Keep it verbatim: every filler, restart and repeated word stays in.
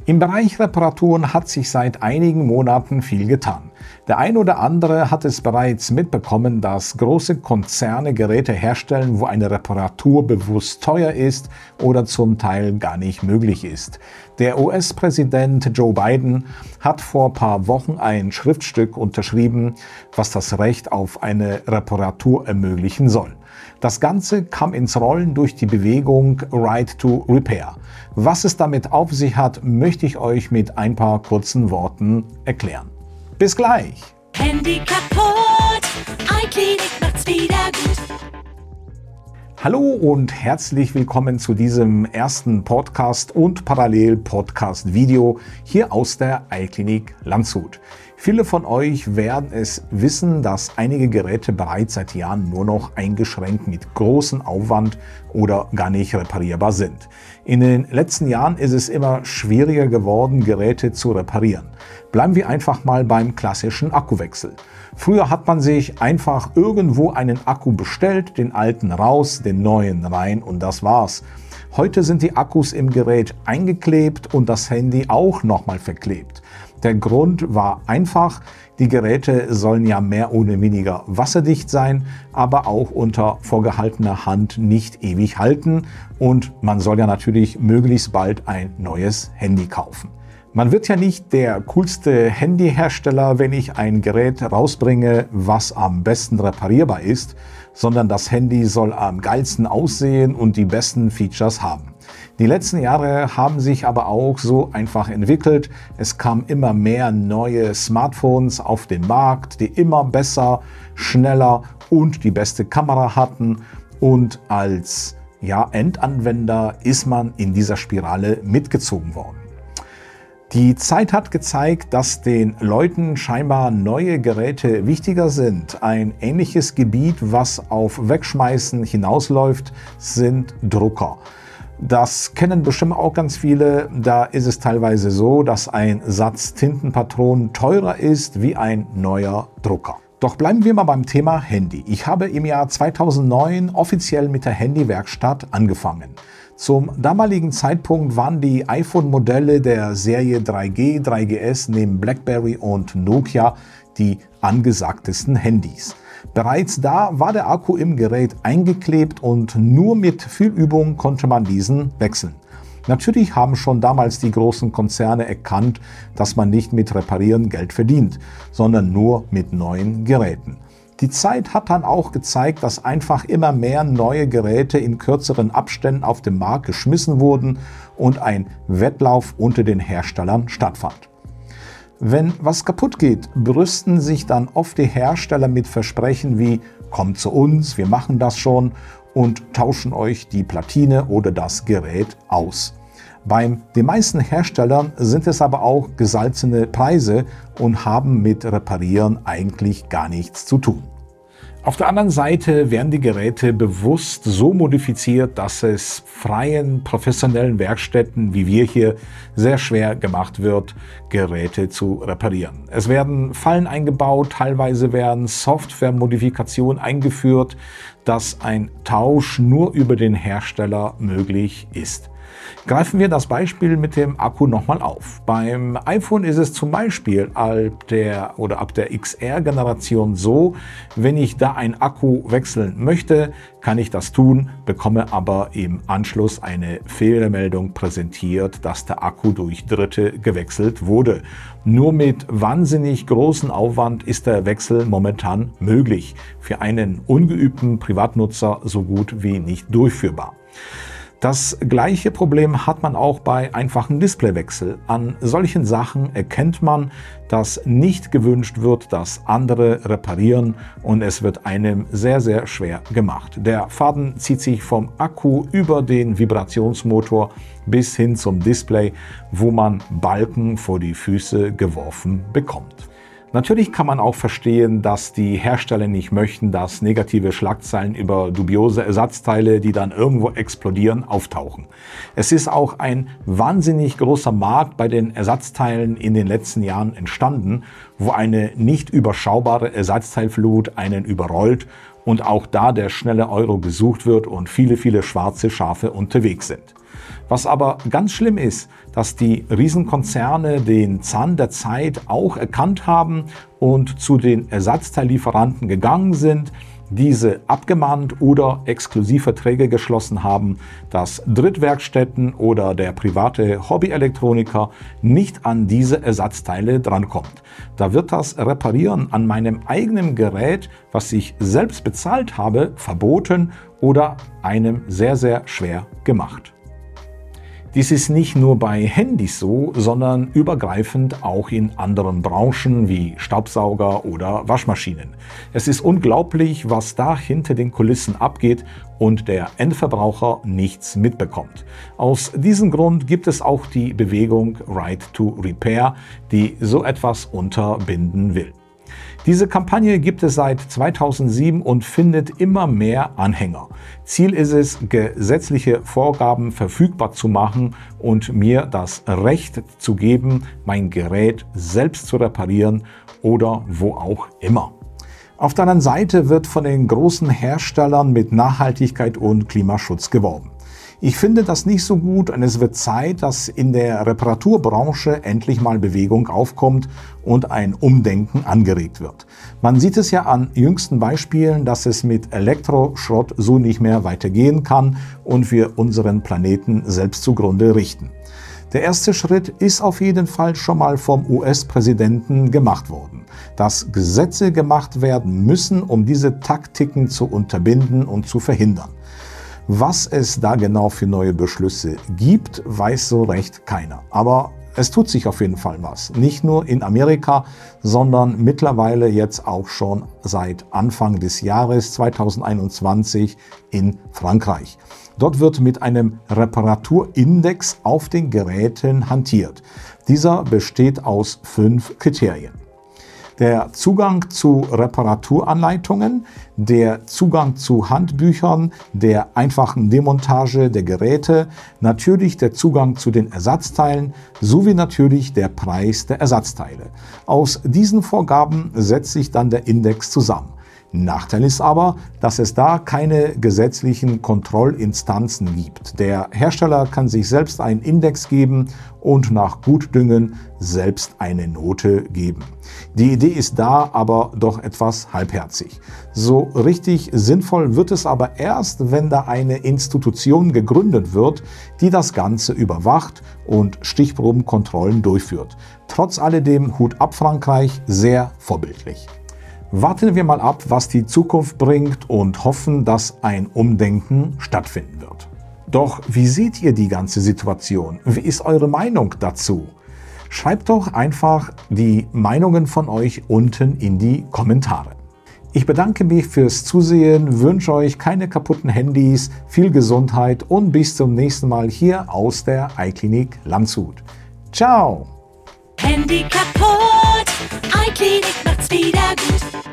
Im Bereich Reparaturen hat sich seit einigen Monaten viel getan. Der ein oder andere hat es bereits mitbekommen, dass große Konzerne Geräte herstellen, wo eine Reparatur bewusst teuer ist oder zum Teil gar nicht möglich ist. Der U S-Präsident Joe Biden hat vor ein paar Wochen ein Schriftstück unterschrieben, was das Recht auf eine Reparatur ermöglichen soll. Das Ganze kam ins Rollen durch die Bewegung Right to Repair. Was es damit auf sich hat, möchte ich euch mit ein paar kurzen Worten erklären. Bis gleich! Handy kaputt, iClinic macht's wieder gut. Hallo und herzlich willkommen zu diesem ersten Podcast und Parallel-Podcast-Video hier aus der iClinic Landshut. Viele von euch werden es wissen, dass einige Geräte bereits seit Jahren nur noch eingeschränkt mit großem Aufwand oder gar nicht reparierbar sind. In den letzten Jahren ist es immer schwieriger geworden, Geräte zu reparieren. Bleiben wir einfach mal beim klassischen Akkuwechsel. Früher hat man sich einfach irgendwo einen Akku bestellt, den alten raus, den neuen rein und das war's. Heute sind die Akkus im Gerät eingeklebt und das Handy auch nochmal verklebt. Der Grund war einfach, die Geräte sollen ja mehr oder weniger wasserdicht sein, aber auch unter vorgehaltener Hand nicht ewig halten und man soll ja natürlich möglichst bald ein neues Handy kaufen. Man wird ja nicht der coolste Handyhersteller, wenn ich ein Gerät rausbringe, was am besten reparierbar ist, sondern das Handy soll am geilsten aussehen und die besten Features haben. Die letzten Jahre haben sich aber auch so einfach entwickelt. Es kamen immer mehr neue Smartphones auf den Markt, die immer besser, schneller und die beste Kamera hatten. Und als ja, Endanwender ist man in dieser Spirale mitgezogen worden. Die Zeit hat gezeigt, dass den Leuten scheinbar neue Geräte wichtiger sind. Ein ähnliches Gebiet, was auf Wegschmeißen hinausläuft, sind Drucker. Das kennen bestimmt auch ganz viele. Da ist es teilweise so, dass ein Satz Tintenpatronen teurer ist wie ein neuer Drucker. Doch bleiben wir mal beim Thema Handy. Ich habe im Jahr zweitausendneun offiziell mit der Handywerkstatt angefangen. Zum damaligen Zeitpunkt waren die iPhone-Modelle der Serie drei G, drei G S neben BlackBerry und Nokia die angesagtesten Handys. Bereits da war der Akku im Gerät eingeklebt und nur mit viel Übung konnte man diesen wechseln. Natürlich haben schon damals die großen Konzerne erkannt, dass man nicht mit Reparieren Geld verdient, sondern nur mit neuen Geräten. Die Zeit hat dann auch gezeigt, dass einfach immer mehr neue Geräte in kürzeren Abständen auf den Markt geschmissen wurden und ein Wettlauf unter den Herstellern stattfand. Wenn was kaputt geht, brüsten sich dann oft die Hersteller mit Versprechen wie „Kommt zu uns, wir machen das schon" und tauschen euch die Platine oder das Gerät aus. Bei den meisten Herstellern sind es aber auch gesalzene Preise und haben mit Reparieren eigentlich gar nichts zu tun. Auf der anderen Seite werden die Geräte bewusst so modifiziert, dass es freien, professionellen Werkstätten wie wir hier sehr schwer gemacht wird, Geräte zu reparieren. Es werden Fallen eingebaut, teilweise werden Software-Modifikationen eingeführt, dass ein Tausch nur über den Hersteller möglich ist. Greifen wir das Beispiel mit dem Akku nochmal auf. Beim iPhone ist es zum Beispiel ab der, oder ab der X R-Generation so, wenn ich da einen Akku wechseln möchte, kann ich das tun, bekomme aber im Anschluss eine Fehlermeldung präsentiert, dass der Akku durch Dritte gewechselt wurde. Nur mit wahnsinnig großem Aufwand ist der Wechsel momentan möglich. Für einen ungeübten Privatnutzer so gut wie nicht durchführbar. Das gleiche Problem hat man auch bei einfachen Displaywechsel. An solchen Sachen erkennt man, dass nicht gewünscht wird, dass andere reparieren und es wird einem sehr, sehr schwer gemacht. Der Faden zieht sich vom Akku über den Vibrationsmotor bis hin zum Display, wo man Balken vor die Füße geworfen bekommt. Natürlich kann man auch verstehen, dass die Hersteller nicht möchten, dass negative Schlagzeilen über dubiose Ersatzteile, die dann irgendwo explodieren, auftauchen. Es ist auch ein wahnsinnig großer Markt bei den Ersatzteilen in den letzten Jahren entstanden, wo eine nicht überschaubare Ersatzteilflut einen überrollt und auch da der schnelle Euro gesucht wird und viele, viele schwarze Schafe unterwegs sind. Was aber ganz schlimm ist, dass die Riesenkonzerne den Zahn der Zeit auch erkannt haben und zu den Ersatzteillieferanten gegangen sind, diese abgemahnt oder Exklusivverträge geschlossen haben, dass Drittwerkstätten oder der private Hobbyelektroniker nicht an diese Ersatzteile drankommt. Da wird das Reparieren an meinem eigenen Gerät, was ich selbst bezahlt habe, verboten oder einem sehr, sehr schwer gemacht. Dies ist nicht nur bei Handys so, sondern übergreifend auch in anderen Branchen wie Staubsauger oder Waschmaschinen. Es ist unglaublich, was da hinter den Kulissen abgeht und der Endverbraucher nichts mitbekommt. Aus diesem Grund gibt es auch die Bewegung Right to Repair, die so etwas unterbinden will. Diese Kampagne gibt es seit zweitausendsieben und findet immer mehr Anhänger. Ziel ist es, gesetzliche Vorgaben verfügbar zu machen und mir das Recht zu geben, mein Gerät selbst zu reparieren oder wo auch immer. Auf der anderen Seite wird von den großen Herstellern mit Nachhaltigkeit und Klimaschutz geworben. Ich finde das nicht so gut und es wird Zeit, dass in der Reparaturbranche endlich mal Bewegung aufkommt und ein Umdenken angeregt wird. Man sieht es ja an jüngsten Beispielen, dass es mit Elektroschrott so nicht mehr weitergehen kann und wir unseren Planeten selbst zugrunde richten. Der erste Schritt ist auf jeden Fall schon mal vom U S-Präsidenten gemacht worden, dass Gesetze gemacht werden müssen, um diese Taktiken zu unterbinden und zu verhindern. Was es da genau für neue Beschlüsse gibt, weiß so recht keiner. Aber es tut sich auf jeden Fall was. Nicht nur in Amerika, sondern mittlerweile jetzt auch schon seit Anfang des Jahres zweitausendeinundzwanzig in Frankreich. Dort wird mit einem Reparaturindex auf den Geräten hantiert. Dieser besteht aus fünf Kriterien. Der Zugang zu Reparaturanleitungen, der Zugang zu Handbüchern, der einfachen Demontage der Geräte, natürlich der Zugang zu den Ersatzteilen sowie natürlich der Preis der Ersatzteile. Aus diesen Vorgaben setzt sich dann der Index zusammen. Nachteil ist aber, dass es da keine gesetzlichen Kontrollinstanzen gibt. Der Hersteller kann sich selbst einen Index geben und nach Gutdünken selbst eine Note geben. Die Idee ist da, aber doch etwas halbherzig. So richtig sinnvoll wird es aber erst, wenn da eine Institution gegründet wird, die das Ganze überwacht und Stichprobenkontrollen durchführt. Trotz alledem Hut ab Frankreich, sehr vorbildlich. Warten wir mal ab, was die Zukunft bringt und hoffen, dass ein Umdenken stattfinden wird. Doch wie seht ihr die ganze Situation? Wie ist eure Meinung dazu? Schreibt doch einfach die Meinungen von euch unten in die Kommentare. Ich bedanke mich fürs Zusehen, wünsche euch keine kaputten Handys, viel Gesundheit und bis zum nächsten Mal hier aus der iClinic Landshut. Ciao! Handy kaputt, iClinic macht's wieder gut.